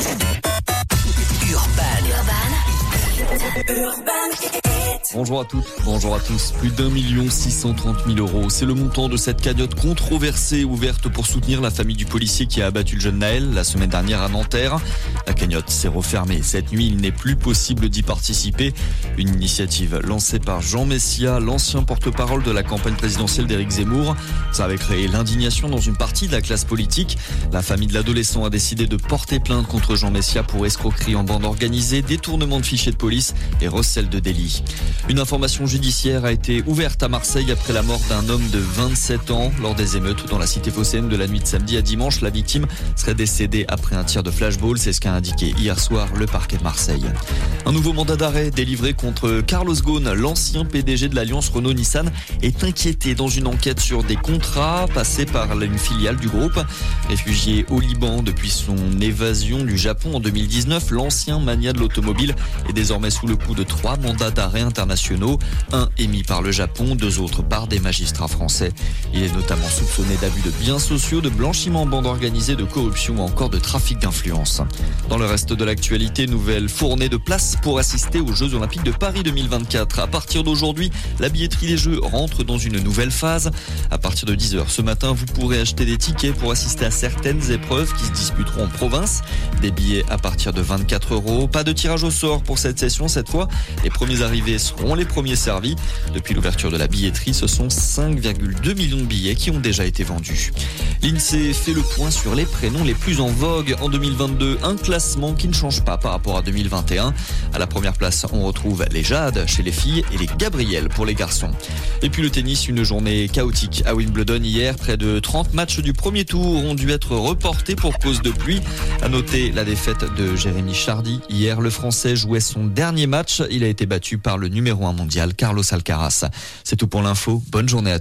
Bonjour à toutes, bonjour à tous. Plus d'1 630 000 €. C'est le montant de cette cagnotte controversée ouverte pour soutenir la famille du policier qui a abattu le jeune Naël la semaine dernière à Nanterre. La cagnotte s'est refermée. Cette nuit, il n'est plus possible d'y participer. Une initiative lancée par Jean Messia, l'ancien porte-parole de la campagne présidentielle d'Éric Zemmour. Ça avait créé l'indignation dans une partie de la classe politique. La famille de l'adolescent a décidé de porter plainte contre Jean Messia pour escroquerie en bande organisée, détournement de fichiers de police et recel de délit. Une information judiciaire a été ouverte à Marseille après la mort d'un homme de 27 ans lors des émeutes dans la cité phocéenne de la nuit de samedi à dimanche. La victime serait décédée après un tir de flashball. C'est ce qu'a indiqué hier soir le parquet de Marseille. Un nouveau mandat d'arrêt délivré contre Carlos Ghosn, l'ancien PDG de l'alliance Renault-Nissan, est inquiété dans une enquête sur des contrats passés par une filiale du groupe. Réfugié au Liban depuis son évasion du Japon en 2019, l'ancien magnat de l'automobile est désormais sous le coup de 3 mandats d'arrêt internationaux, un émis par le Japon, 2 autres par des magistrats français. Il est notamment soupçonné d'abus de biens sociaux, de blanchiment en bande organisée, de corruption ou encore de trafic d'influence. Dans le reste de l'actualité, nouvelle fournée de places pour assister aux Jeux Olympiques de Paris 2024. À partir d'aujourd'hui, la billetterie des Jeux rentre dans une nouvelle phase. À partir de 10h ce matin, vous pourrez acheter des tickets pour assister à certaines épreuves qui se disputeront en province. Des billets à partir de 24 €. Pas de tirage au sort pour cette session cette fois. Les premiers arrivés seront les premiers servis. Depuis l'ouverture de la billetterie, ce sont 5,2 millions de billets qui ont déjà été vendus. L'INSEE fait le point sur les prénoms les plus en vogue en 2022. Un classement qui ne change pas par rapport à 2021. À la première place, on retrouve les Jade chez les filles et les Gabriel pour les garçons. Et puis le tennis, une journée chaotique à Wimbledon hier. Près de 30 matchs du premier tour ont dû être reportés pour cause de pluie. À noter la défaite de Jérémy Chardy. Hier, le Français jouait son dernier match. Il a été battu par le numéro 1 mondial, Carlos Alcaraz. C'est tout pour l'info. Bonne journée à tous.